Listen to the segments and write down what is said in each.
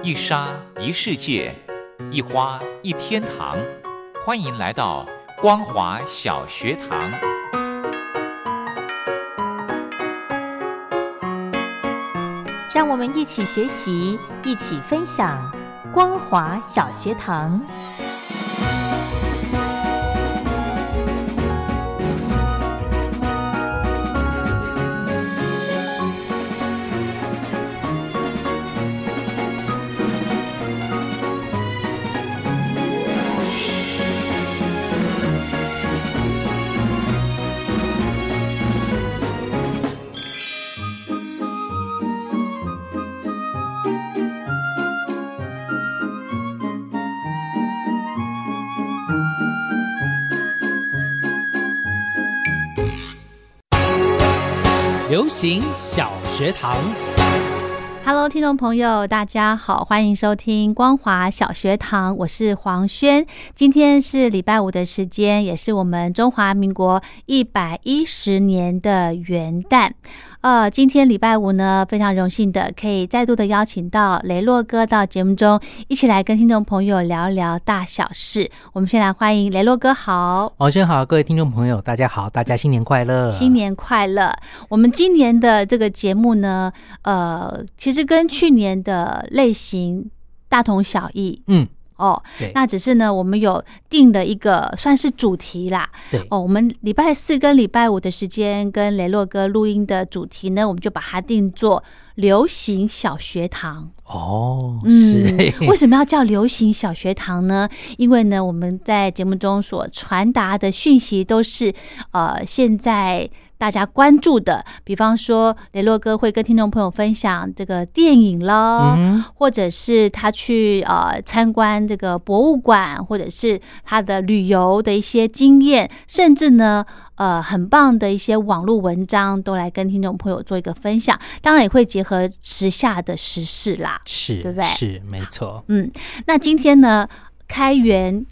一沙一世界，一花一天堂。欢迎来到光华小学堂。 让我们一起学习，一起分享光华小学堂。 流行小学堂。 Hello， 听众朋友，大家好，欢迎收听光华小学堂，我是黄轩。今天是礼拜五的时间，也是我们中华民国110年的元旦。今天礼拜五呢，非常荣幸的可以再度的邀请到雷洛哥到节目中，一起来跟听众朋友聊聊大小事。我们先来欢迎雷洛哥好。 黄轩好，各位听众朋友大家好，大家新年快乐。 新年快乐。我们今年的这个节目呢，其实跟去年的类型大同小异。那只是呢，我们有定的一个算是主题啦。对我们礼拜四跟礼拜五的时间跟雷洛哥录音的主题呢，我们就把它定做流行小学堂。 是。 为什么要叫流行小学堂呢？因为呢，我们在节目中所传达的讯息都是现在大家关注的，比方说雷洛哥会跟听众朋友分享这个电影咯，或者是他去参观这个博物馆，或者是他的旅游的一些经验，甚至呢很棒的一些网络文章都来跟听众朋友做一个分享，当然也会结合时下的时事啦， 是， 对不对？ 是，没错。 那今天呢，开年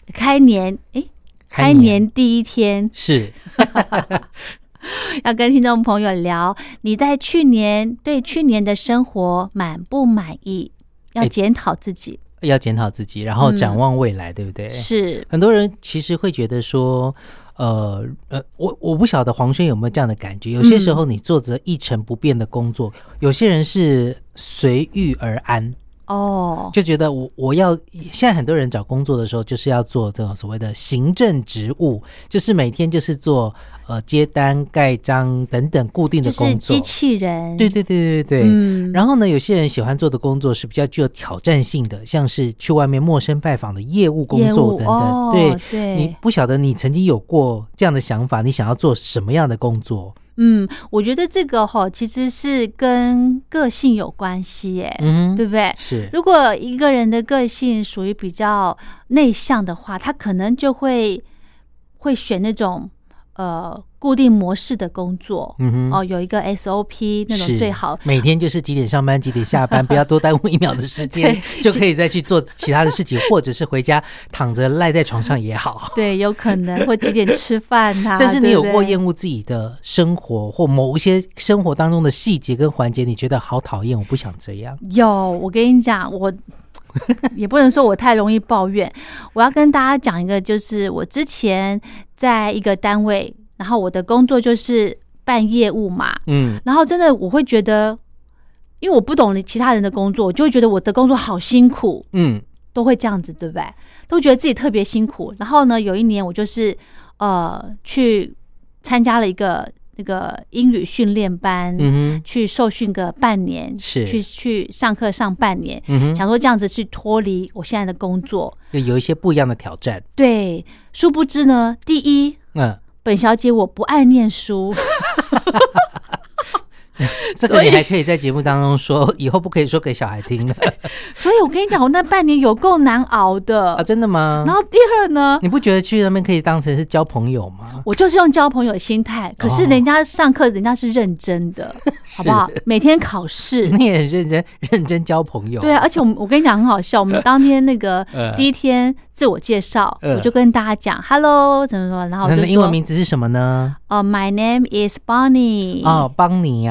第一天是要跟听众朋友聊，你在对去年的生活满不满意？要检讨自己， 然后展望未来，对不对？ 是。 很多人其实会觉得说，我不晓得黄轩有没有这样的感觉。有些时候你做着一成不变的工作，有些人是随遇而安。就觉得我要现在很多人找工作的时候就是要做这种所谓的行政职务，就是每天就是做接单盖章等等固定的工作， 就是机器人。 对。然后呢，有些人喜欢做的工作是比较具有挑战性的，像是去外面陌生拜访的业务工作等等。对，你不晓得你曾经有过这样的想法，你想要做什么样的工作？ 我觉得这个其实是跟个性有关系耶，对不对？ 是。 如果一个人的个性属于比较内向的话，他可能就会选那种固定模式的工作，有一个 SOP 那种最好， 每天就是几点上班几点下班，不要多耽误1秒的时间就可以再去做其他的事情，或者是回家躺着赖在床上也好。 对，有可能或几点吃饭但是你有过厌恶自己的生活或某一些生活当中的细节跟环节，你觉得好讨厌，我不想这样？ 有，我跟你讲，我也不能说我太容易抱怨，我要跟大家讲一个，就是我之前在一个单位，然后我的工作就是办业务嘛，然后真的我会觉得，因为我不懂其他人的工作，我就会觉得我的工作好辛苦，都会这样子，对不对？都觉得自己特别辛苦。然后呢，有一年我就是去参加了一个那个英语训练班，去受训个半年，去上课上半年，想说这样子去脱离我现在的工作， 有一些不一样的挑战。 对，殊不知呢，第一，本小姐我不爱念书。 这个你还可以在节目当中说，以后不可以说给小孩听的。 所以我跟你讲，我那半年有够难熬的啊！真的吗？ 然后第二呢， 你不觉得去那边可以当成是交朋友吗？ 我就是用交朋友的心态，可是人家上课人家是认真的，好不好？每天考试， 你也很认真交朋友。 对啊，而且我跟你讲很好笑，我们当天那个第一天自我介绍，我就跟大家讲 “hello” 怎么，然后我就说英文名字是什么呢？ My name is Bonnie。 邦尼呀。 对，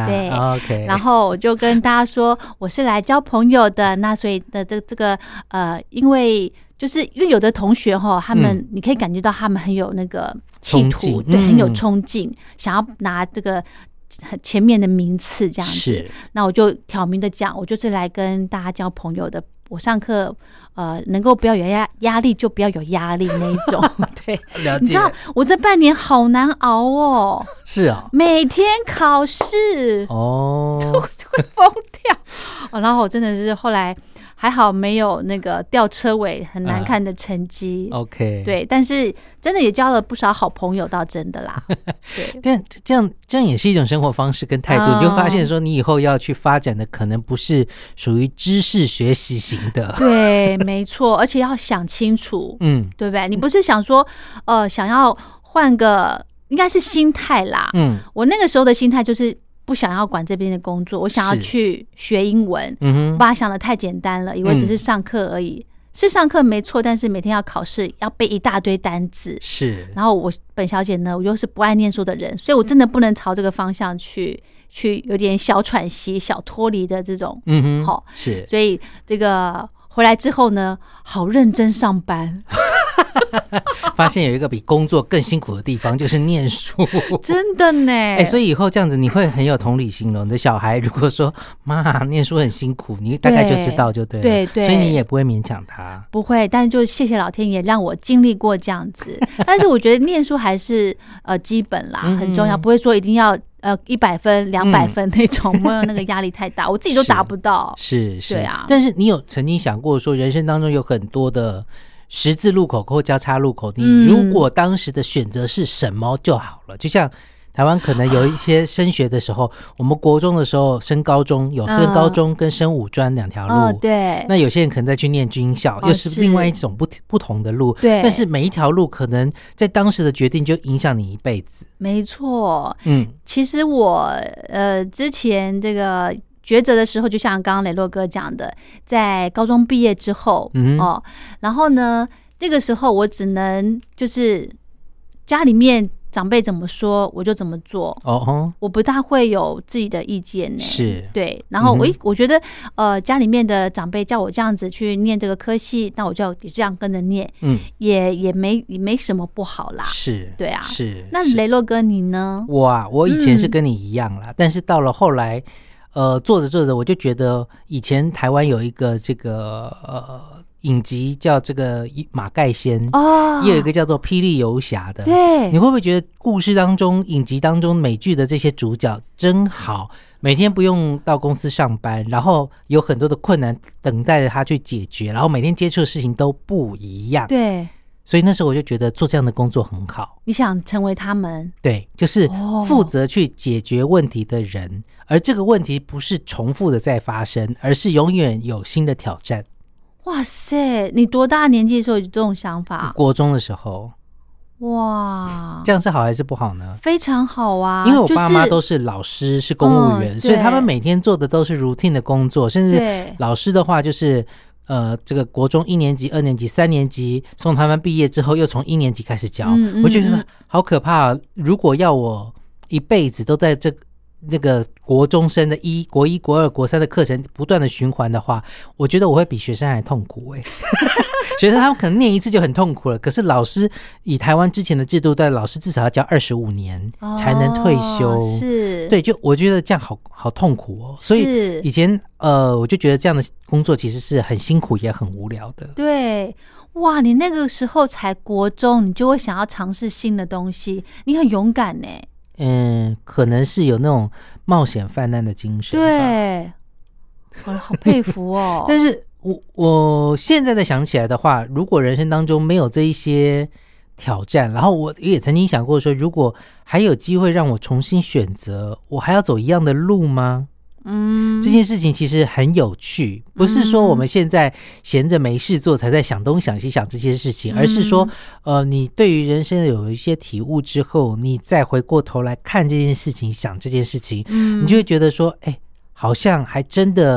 OK， 然后我就跟大家说我是来交朋友的，那所以的这个因为有的同学他们你可以感觉到他们很有那个企图，对，很有冲劲，想要拿这个前面的名次这样子。那我就挑明的讲，我就是来跟大家交朋友的。我上课能够不要有压力就不要有压力那一种。对， 了解。 你知道我这半年好难熬哦。 是啊， 每天考试哦， 就会疯掉。然后我真的是后来还好没有那个吊车尾很难看的成绩。 OK， 对，但是真的也交了不少好朋友，倒真的啦。对， 但这样也是一种生活方式跟态度，你就发现说你以后要去发展的可能不是属于知识学习型的。 对，没错，而且要想清楚，对不对？你不是想说想要换个，应该是心态啦。我那个时候的心态就是不想要管这边的工作，我想要去学英文。我把它想得太简单了，以为只是上课而已。是上课没错，但是每天要考试，要背一大堆单字。是，然后我本小姐呢，我又是不爱念书的人，所以我真的不能朝这个方向去有点小喘息、小脱离的这种。好，是，所以这个回来之后呢，好认真上班。 发现有一个比工作更辛苦的地方，就是念书。 真的呢。 所以以后这样子你会很有同理心了。你的小孩如果说妈念书很辛苦，你大概就知道就对了。对对，所以你也不会勉强他。不会，但就谢谢老天爷让我经历过这样子。但是我觉得念书还是基本啦，很重要，不会说一定要100分、200分那种，没有那个压力太大，我自己都达不到。是，对啊。但是你有曾经想过说，人生当中有很多的十字路口或交叉路口，你如果当时的选择是什么就好了。就像台湾可能有一些升学的时候，我们国中的时候升高中有升高中跟升五专两条路。对，那有些人可能再去念军校，又是另外一种不同的路。对，但是每一条路可能在当时的决定就影响你一辈子。没错。其实我之前这个抉择的时候，就像刚刚雷洛哥讲的，在高中毕业之后，然后呢，这个时候我只能就是家里面长辈怎么说我就怎么做。我不大会有自己的意见呢。是，对。然后我觉得家里面的长辈叫我这样子去念这个科系，那我就这样跟着念，也没什么不好啦。是，对啊。是。那雷洛哥你呢？我以前是跟你一样啦，但是到了后来。做着我就觉得以前台湾有一个这个影集叫这个马盖先也有一个叫做霹雳游侠的。对，你会不会觉得故事当中影集当中美剧的这些主角真好，每天不用到公司上班，然后有很多的困难等待着他去解决，然后每天接触的事情都不一样。对，所以那时候我就觉得做这样的工作很好。你想成为他们？对，就是负责去解决问题的人，而这个问题不是重复的在发生，而是永远有新的挑战。哇塞，你多大年纪的时候有这种想法？国中的时候。哇，这样是好还是不好呢？非常好啊，因为我爸妈都是老师，是公务员，所以他们每天做的都是 routine 的工作，甚至老师的话就是这个国中1年级、2年级、3年级送他们毕业之后，又从1年级开始教。我觉得好可怕。如果要我一辈子都在这个国中生的国1、国2、国3的课程不断的循环的话，我觉得我会比学生还痛苦。学生他们可能念一次就很痛苦了，可是老师以台湾之前的制度，但老师至少要教25年才能退休。是，对，就我觉得这样好痛苦所以以前我就觉得这样的工作其实是很辛苦也很无聊的。对，哇，你那个时候才国中，你就会想要尝试新的东西，你很勇敢呢。可能是有那种冒险犯难的精神吧。对，我好佩服哦。但是我现在再想起来的话，如果人生当中没有这一些挑战，然后我也曾经想过说，如果还有机会让我重新选择，我还要走一样的路吗？这件事情其实很有趣，不是说我们现在闲着没事做才在想东想西想这些事情，而是说你对于人生有一些体悟之后，你再回过头来看这件事情，想这件事情，你就会觉得说好像还真的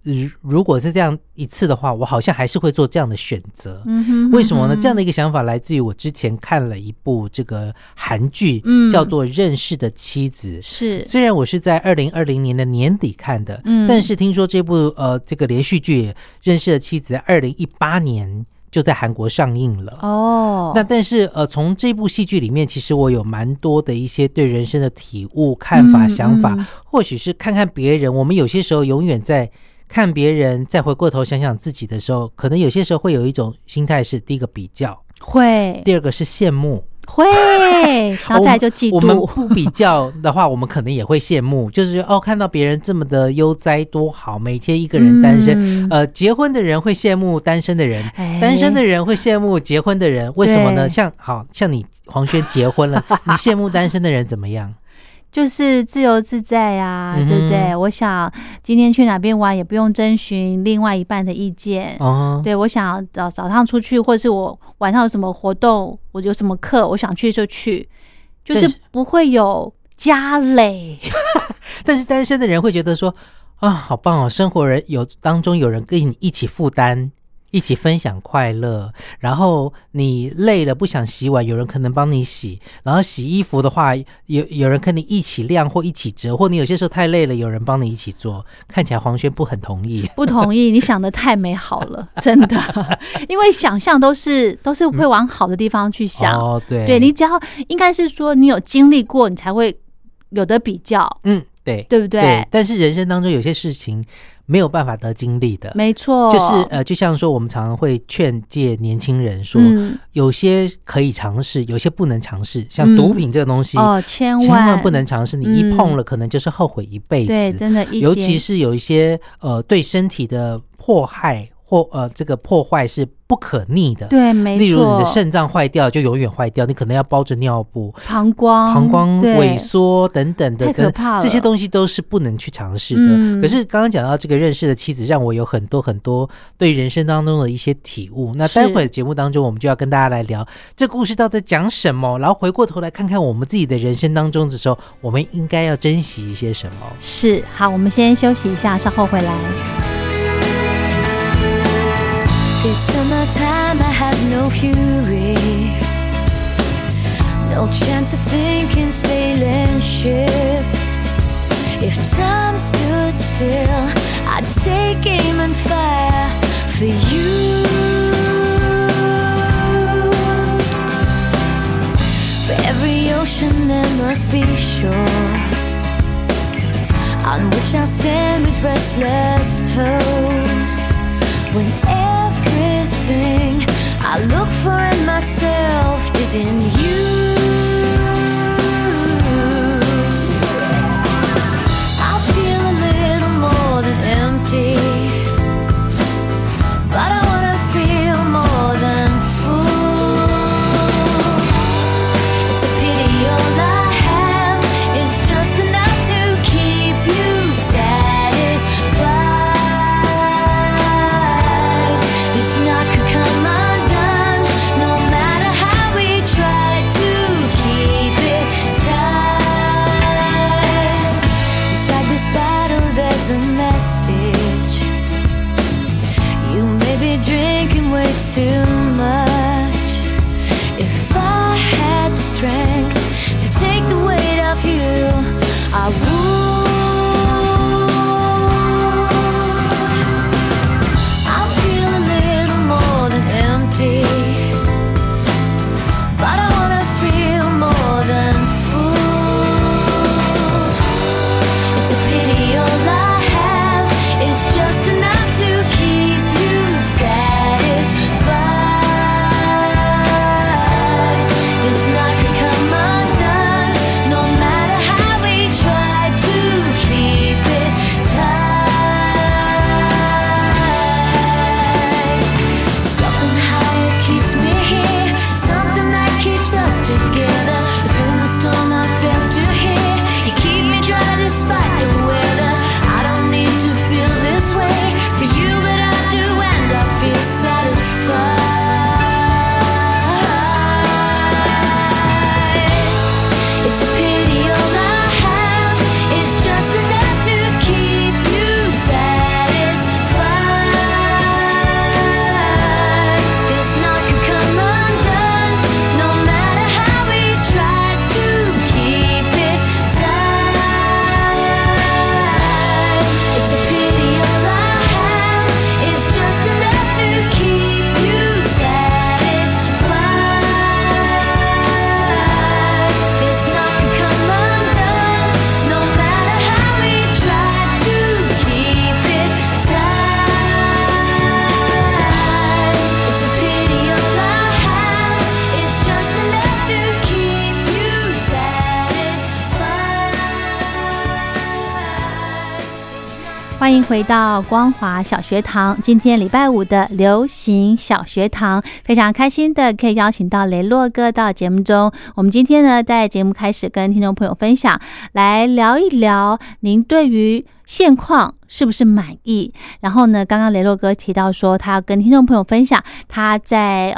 如果是这样一次的话，我好像还是会做这样的选择。 为什么呢？这样的一个想法来自于我之前看了一部这个韩剧，叫做《认识的妻子》。 是， 虽然我是在2020年的年底看的，但是听说这部这个连续剧《认识的妻子》在2018年就在韩国上映了哦。 那但是从这部戏剧里面，其实我有蛮多的一些对人生的体悟、看法、想法，或许是看看别人。我们有些时候永远在看别人，再回过头想想自己的时候，可能有些时候会有一种心态是：第一个比较， 会； 第二个是羡慕。 会，然后再来就嫉妒。 我们不比较的话，我们可能也会羡慕，就是看到别人这么的悠哉多好，每天一个人单身。结婚的人会羡慕单身的人，单身的人会羡慕结婚的人。为什么呢？像你黄轩结婚了，你羡慕单身的人怎么样？ 就是自由自在啊，对不对？我想今天去哪边玩也不用征询另外一半的意见。对，我想早上出去，或是我晚上有什么活动，我有什么课，我想去就去，就是不会有家累。 但是单身的人会觉得说好棒哦，生活当中有人跟你一起负担，一起分享快乐，然后你累了不想洗碗，有人可能帮你洗，然后洗衣服的话，有人跟你一起晾或一起折，或你有些时候太累了，有人帮你一起做。看起来黄轩不很同意， 不同意。你想的太美好了，真的，因为想象都是会往好的地方去想。对，你只要应该是说你有经历过，你才会有的比较。 对不对？ 对，但是人生当中有些事情没有办法得经历的， 没错， 就是就像说我们常常会劝诫年轻人说，有些可以尝试，有些不能尝试，像毒品这个东西，千万不能尝试，你一碰了可能就是后悔一辈子。 对，真的， 尤其是有一些对身体的迫害或这个破坏是不可逆的。 对，没错。 例如你的肾脏坏掉就永远坏掉，你可能要包着尿布， 膀胱萎缩等等的， 太可怕了。 这些东西都是不能去尝试的。可是刚刚讲到这个认识的妻子，让我有很多很多对人生当中的一些体悟。那待会儿节目当中，我们就要跟大家来聊这故事到底讲什么，然后回过头来看看我们自己的人生当中的时候，我们应该要珍惜一些什么。 是，好，我们先休息一下，稍后回来。 This summertime I have no fury, no chance of sinking sailing ships. If time stood still, I'd take aim and fire for you. For every ocean there must be shore on which I'll stand with restless toes. When everything I look for in myself is in you, I feel a little more than empty, but I wanna feel more than full. It's a pity all I have is just enough to keep you satisfied. This knot could come undone, no matter how we try to keep it tight. Inside this battle there's a message. You may be drinking way too much. If I had the strength to take the weight off you, I would. But I wanna feel more than full. It's a pity all I have is just enough to keep you satisfied. This night could come 欢迎回到光华小学堂，今天礼拜五的流行小学堂，非常开心的可以邀请到雷洛哥到节目中。我们今天呢，在节目开始跟听众朋友分享，来聊一聊您对于现况是不是满意。然后呢，刚刚雷洛哥提到说，他要跟听众朋友分享他在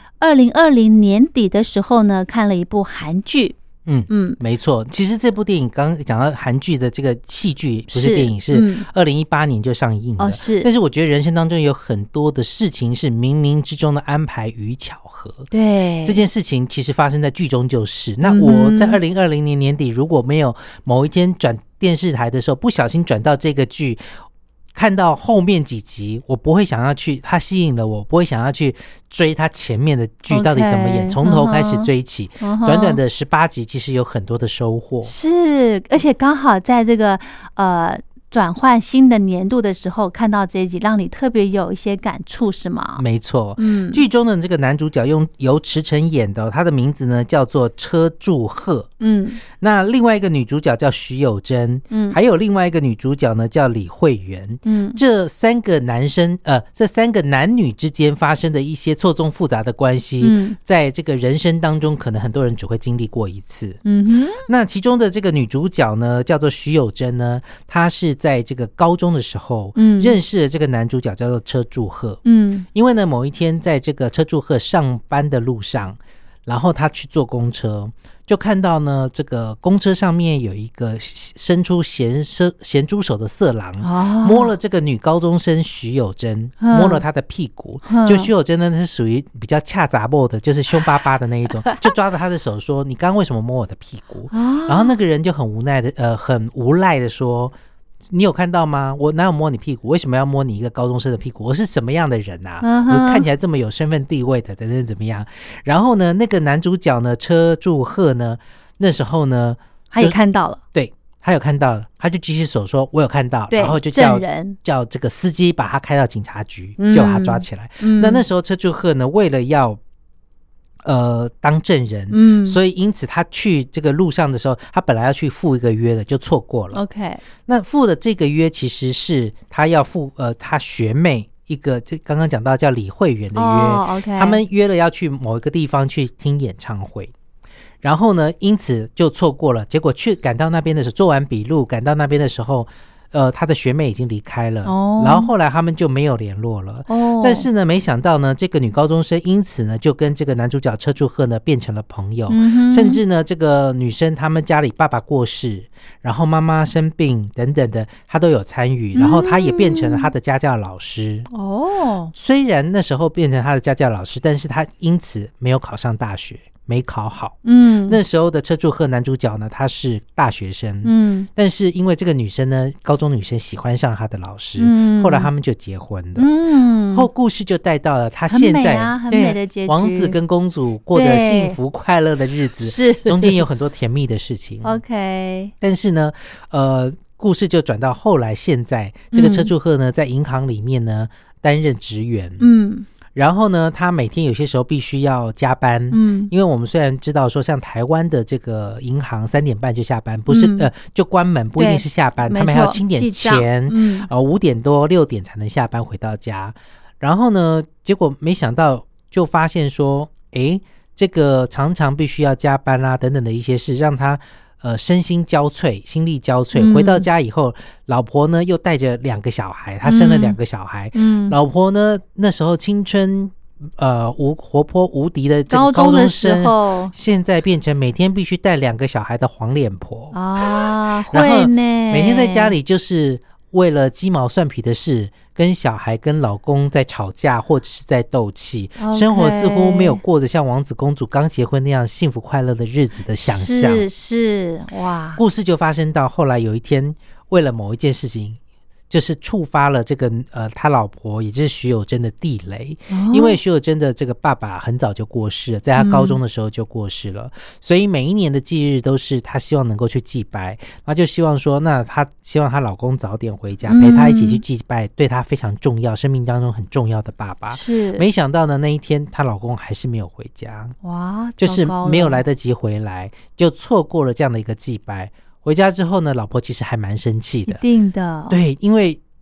2020年底的时候呢，看了一部韩剧。 没错。其实这部电影刚刚讲到韩剧的这个戏剧，不是电影，是2018年就上映的。 是。 但是我觉得人生当中有很多的事情是冥冥之中的安排与巧合。 对， 这件事情其实发生在剧中就是。那我在2020年年底，如果没有某一天转电视台的时候，不小心转到这个剧，看到后面几集，我不会想要去，它吸引了我，不会想要去追它前面的剧到底怎么演，从头开始追起。短短的18集，其实有很多的收获。 是，而且刚好在这个转换新的年度的时候看到这一集，让你特别有一些感触，是吗？ 没错。剧中的这个男主角由池承演的，他的名字呢叫做车柱赫。那另外一个女主角叫徐有贞。还有另外一个女主角呢叫李慧媛。这三个男女之间发生的一些错综复杂的关系，在这个人生当中，可能很多人只会经历过一次。那其中的这个女主角呢叫做徐有贞呢，她是在这个高中的时候认识了这个男主角叫做车柱赫。因为呢某一天在这个车柱赫上班的路上，然后他去坐公车，就看到呢这个公车上面有一个伸出咸猪手的色狼，摸了这个女高中生徐有贞，摸了她的屁股。就徐有贞呢是属于比较恰杂爆的，就是凶巴巴的那一种，就抓着她的手说，你刚刚为什么摸我的屁股？然后那个人就很无奈的很无赖的说，你有看到吗？我哪有摸你屁股？为什么要摸你一个高中生的屁股？我是什么样的人啊？我看起来这么有身份地位的，等等怎么样？然后呢，那个男主角呢，车柱赫呢，那时候呢， 他也看到了， 对，他有看到了，他就举起手说：“我有看到。”然后就叫这个司机把他开到警察局，就把他抓起来。那时候车柱赫呢，为了要当证人，所以因此他去这个路上的时候，他本来要去赴一个约的，就错过了。 OK， 那赴的这个约其实是他要赴他学妹一个，这刚刚讲到叫李慧媛的约。 OK， 他们约了要去某一个地方去听演唱会，然后呢，因此就错过了。结果赶到那边的时候，做完笔录，赶到那边的时候。他的学妹已经离开了，然后后来他们就没有联络了。但是呢，没想到呢，这个女高中生因此呢，就跟这个男主角车柱赫呢变成了朋友，甚至呢，这个女生他们家里爸爸过世，然后妈妈生病等等的，她都有参与，然后她也变成了她的家教老师。虽然那时候变成她的家教老师，但是她因此没有考上大学。没考好。那时候的车柱赫男主角呢，他是大学生。但是因为这个女生呢，高中女生喜欢上他的老师，后来他们就结婚了。后故事就带到了他现在很美的结局， 王子跟公主过着幸福快乐的日子， 是中间有很多甜蜜的事情。 OK， 但是呢，故事就转到后来，现在这个车柱赫呢，在银行里面呢担任职员。然后呢，他每天有些时候必须要加班。因为我们虽然知道说，像台湾的这个银行3点半就下班，不是就关门，不一定是下班，他们还要清点钱，5点多6点才能下班回到家。然后呢，结果没想到就发现说，这个常常必须要加班啦等等的一些事，让他身心交瘁，心力交瘁。回到家以后，老婆呢又带着2个小孩，他生了2个小孩。老婆呢那时候青春活泼无敌的这个高中生，现在变成每天必须带2个小孩的黄脸婆啊！ 然后每天在家里就是为了鸡毛蒜皮的事，跟小孩跟老公在吵架或者是在斗气，生活似乎没有过着像王子公主刚结婚那样幸福快乐的日子的想象。 是哇， 故事就发生到后来有一天，为了某一件事情，就是触发了这个他老婆也就是徐有贞的地雷。因为徐有贞的这个爸爸很早就过世了，在他高中的时候就过世了，所以每一年的忌日都是他希望能够去祭拜，然后就希望说，那他希望她老公早点回家，陪她一起去祭拜对她非常重要生命当中很重要的爸爸。 是没想到呢，那一天她老公还是没有回家。 哇， 就是没有来得及回来，就错过了这样的一个祭拜。回家之后呢，老婆其实还蛮生气的。 一定的， 对，因为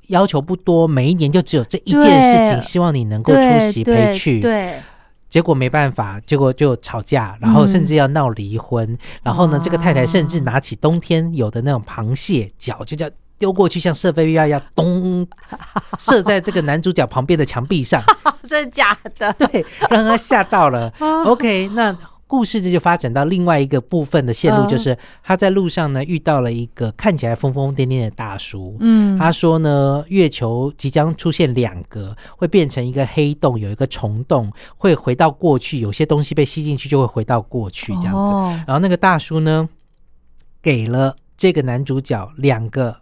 要求不多，每一年就只有这一件事情，希望你能够出席陪去。 对， 结果没办法，结果就吵架，然后甚至要闹离婚。然后呢，这个太太甚至拿起冬天有的那种螃蟹脚，就叫丢过去，像射飞镖一样，咚，射在这个男主角旁边的墙壁上。 真的假的？ 对，让他吓到了。OK， 那故事这就发展到另外一个部分的线路，就是他在路上呢遇到了一个看起来疯疯癫癫的大叔。他说呢，月球即将出现2个，会变成一个黑洞，有一个虫洞，会回到过去，有些东西被吸进去就会回到过去这样子。然后那个大叔呢，给了这个男主角2个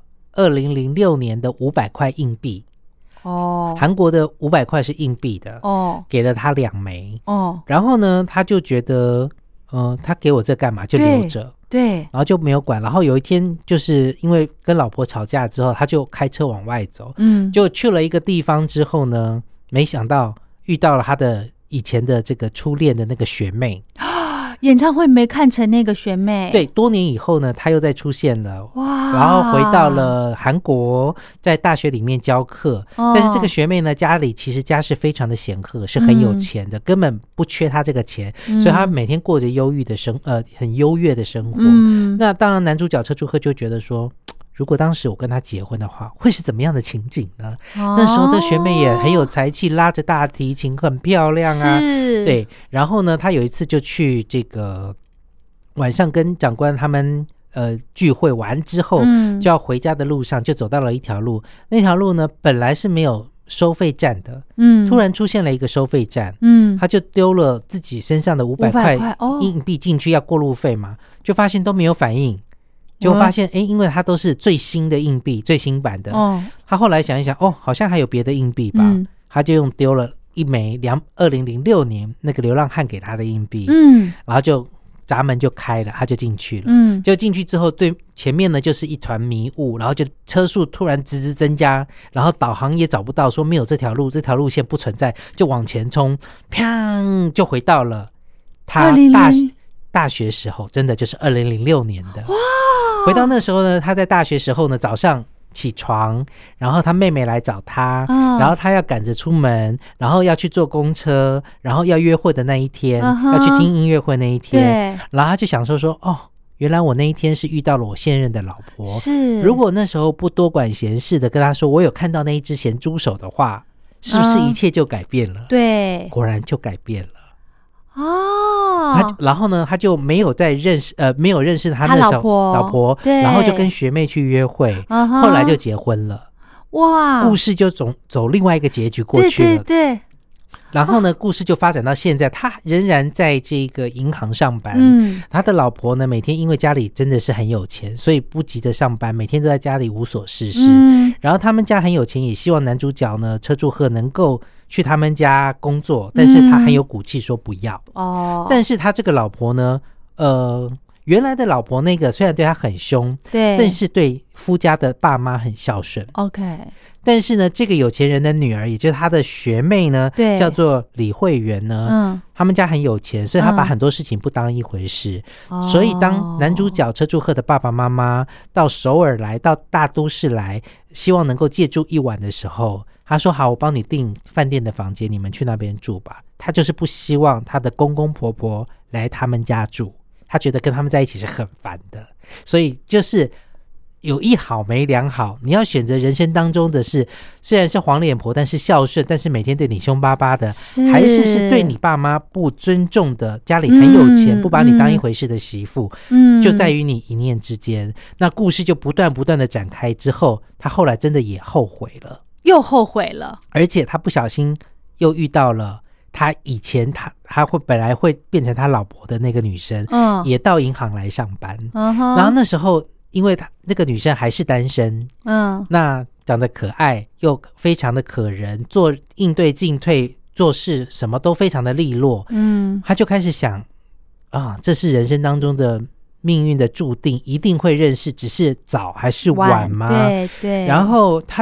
2006年的500块硬币。韩国的500块是硬币的。给了他2枚。然后呢，他就觉得他给我这干嘛，就留着。对，然后就没有管。然后有一天就是因为跟老婆吵架之后，他就开车往外走。就去了一个地方之后呢，没想到遇到了他的以前的这个初恋的那个学妹。 演唱会没看成那个学妹。 对，多年以后呢，她又再出现了。哇！然后回到了韩国，在大学里面教课。但是这个学妹呢，家里其实家世非常的显赫，是很有钱的，根本不缺她这个钱，所以她每天过着很优越的生活。那当然，男主角车柱赫就觉得说，如果当时我跟他结婚的话，会是怎么样的情景呢？那时候这学妹也很有才气，拉着大提琴，很漂亮啊。对，然后呢，他有一次就去这个晚上跟长官他们聚会完之后，就要回家的路上，就走到了一条路。那条路呢，本来是没有收费站的。突然出现了一个收费站。他就丢了自己身上的500块硬币进去要过路费嘛，就发现都没有反应。就发现因为它都是最新的硬币，最新版的。他后来想一想，好像还有别的硬币吧。他就用丢了一枚2006年那个流浪汉给他的硬币。然后就闸门就开了，他就进去了。就进去之后，对前面呢就是一团迷雾，然后就车速突然直直增加，然后导航也找不到，说没有这条路线不存在，就往前冲，砰，就回到了他大学时候，真的就是2006年的。哇！回到那时候呢，他在大学时候呢，早上起床，然后他妹妹来找他，然后他要赶着出门，然后要去坐公车，然后要约会的那一天，要去听音乐会那一天，然后他就想说原来我那一天是遇到了我现任的老婆。是，如果那时候不多管闲事的跟他说我有看到那一只咸猪手的话，是不是一切就改变了？对，果然就改变了。然后呢，他就没有认识他那时候老婆，然后就跟学妹去约会，后来就结婚了。哇，故事就走另外一个结局过去了。对。然后呢，故事就发展到现在，他仍然在这个银行上班。他的老婆呢，每天因为家里真的是很有钱，所以不急着上班，每天都在家里无所事事。然后他们家很有钱，也希望男主角呢，车柱赫能够去他们家工作，但是他很有骨气说不要。但是他这个老婆呢，原来的老婆那个虽然对他很凶，对，但是对夫家的爸妈很孝顺。OK， 但是呢，这个有钱人的女儿，也就是他的学妹呢，叫做李慧媛呢，他们家很有钱，所以他把很多事情不当一回事。所以当男主角车柱赫的爸爸妈妈到首尔来，到大都市来，希望能够借住一晚的时候，他说好，我帮你订饭店的房间，你们去那边住吧。他就是不希望他的公公婆婆来他们家住，他觉得跟他们在一起是很烦的。所以就是有一好没两好，你要选择人生当中的是虽然是黄脸婆，但是孝顺，但是每天对你凶巴巴的，还是对你爸妈不尊重的，家里很有钱，不把你当一回事的媳妇，就在于你一念之间。那故事就不断的展开之后，他后来真的也后悔了， 又后悔了，而且他不小心又遇到了他以前他会本来会变成他老婆的那个女生，也到银行来上班。然后那时候因为他那个女生还是单身，那长得可爱又非常的可人，做应对进退做事什么都非常的利落。他就开始想这是人生当中的命运的注定，一定会认识，只是早还是晚吗？对。然后他就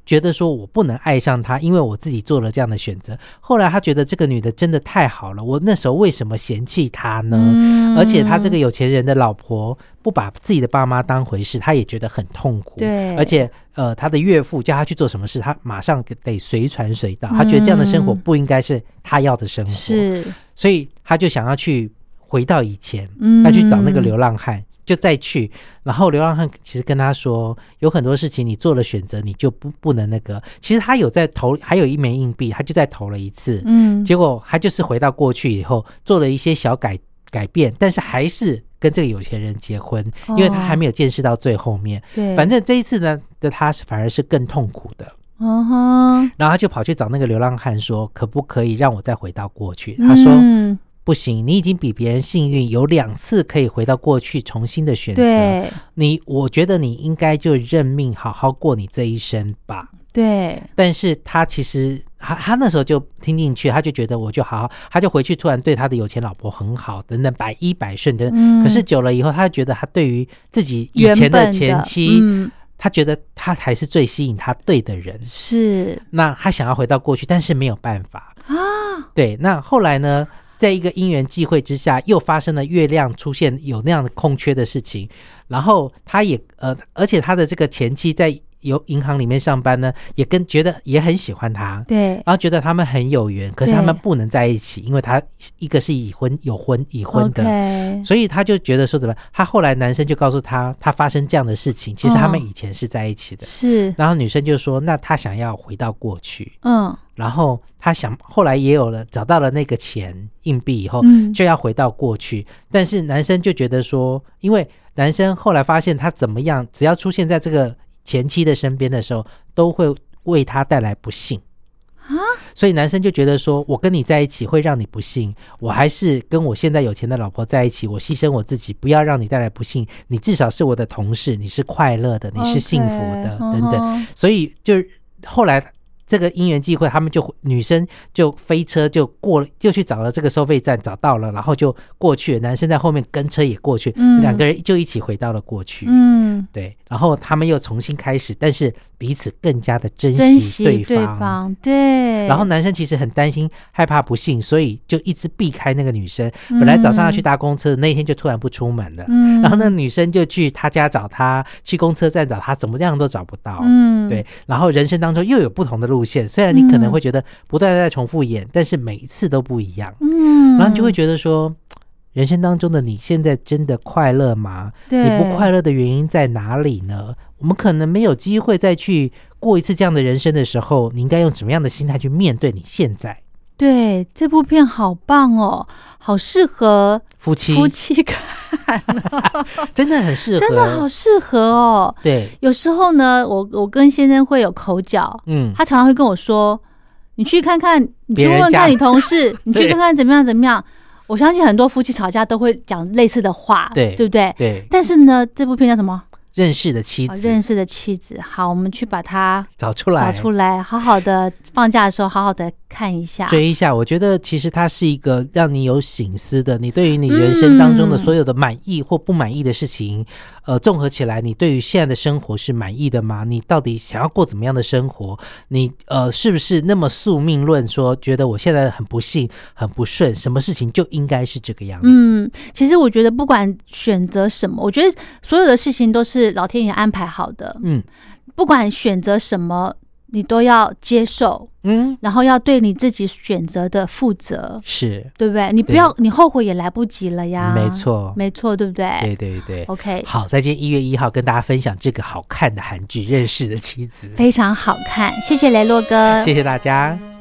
觉得说我不能爱上她，因为我自己做了这样的选择。后来他觉得这个女的真的太好了，我那时候为什么嫌弃她呢？而且他这个有钱人的老婆不把自己的爸妈当回事，他也觉得很痛苦。 对， 而且他的岳父叫他去做什么事，他马上得随传随到，他觉得这样的生活不应该是他要的生活， 是， 所以他就想要去回到以前，他去找那个流浪汉。就再去，然后流浪汉其实跟他说，有很多事情你做了选择，你就不能那个。其实他有在投，还有一枚硬币，他就再投了一次，结果他就是回到过去以后，做了一些小改变，但是还是跟这个有钱人结婚，因为他还没有见识到最后面。对，反正这一次呢的他反而是更痛苦的。然后他就跑去找那个流浪汉说，可不可以让我再回到过去？他说。不行，你已经比别人幸运，有2次可以回到过去重新的选择。我觉得你应该就认命，好好过你这一生吧。对，但是他其实他那时候就听进去，他就觉得我就好好，他就回去突然对他的有钱老婆很好，等等百依百顺的。可是久了以后，他觉得他对于自己以前的前妻，他觉得他才是最吸引他对的人。是，那他想要回到过去，但是没有办法啊。对，那后来呢？在一个因缘际会之下，又发生了月亮出现有那样的空缺的事情，然后他也而且他的这个前妻在银行里面上班呢，也觉得也很喜欢他，对，然后觉得他们很有缘，可是他们不能在一起，因为他一个是已婚的，所以他就觉得说怎么，他后来男生就告诉他发生这样的事情，其实他们以前是在一起的，是，然后女生就说那他想要回到过去，然后他后来也找到了那个钱硬币以后，就要回到过去，但是男生就觉得说，因为男生后来发现他怎么样，只要出现在这个前妻的身边的时候，都会为他带来不幸啊，所以男生就觉得说，我跟你在一起会让你不幸，我还是跟我现在有钱的老婆在一起，我牺牲我自己，不要让你带来不幸，你至少是我的同事，你是快乐的，你是幸福的，等等，所以就后来这个因缘际会，他们女生就飞车就去找了这个收费站，找到了，然后就过去了，男生在后面跟车也过去，2个人就一起回到了过去，对，然后他们又重新开始，但是彼此更加的珍惜对方，对，然后男生其实很担心害怕不幸，所以就一直避开那个女生，本来早上要去搭公车，那一天就突然不出门了，然后那个女生就去他家找他，去公车站找他，怎么样都找不到，对，然后人生当中又有不同的路线，虽然你可能会觉得不断在重复演，但是每一次都不一样，然后你就会觉得说，人生当中的你现在真的快乐吗？你不快乐的原因在哪里呢？我们可能没有机会再去过一次这样的人生的时候，你应该用什么样的心态去面对你现在？对，这部片好棒哦，好适合夫妻看真的很适合，真的好适合哦。对，有时候呢，我跟先生会有口角，他常常会跟我说，你去看看，你去问问看你同事，你去看看怎么样怎么样。我相信很多夫妻吵架都会讲类似的话，对不对？对。但是呢，这部片叫什么？认识的妻子，认识的妻子。好，我们去把它找出来，好好的放假的时候，好好的看一下，追一下。我觉得其实它是一个让你有省思的，你对于你人生当中的所有的满意或不满意的事情，综合起来，你对于现在的生活是满意的吗？你到底想要过怎么样的生活？你是不是那么宿命论，说觉得我现在很不幸、很不顺，什么事情就应该是这个样子？其实我觉得不管选择什么，我觉得所有的事情都是老天爷安排好的。不管选择什么，你都要接受，然后要对你自己选择的负责，是对不对？你不要，你后悔也来不及了呀。没错，对不对？对。OK， 好，在今天1月1号跟大家分享这个好看的韩剧《认识的妻子》，非常好看。谢谢雷洛哥，谢谢大家。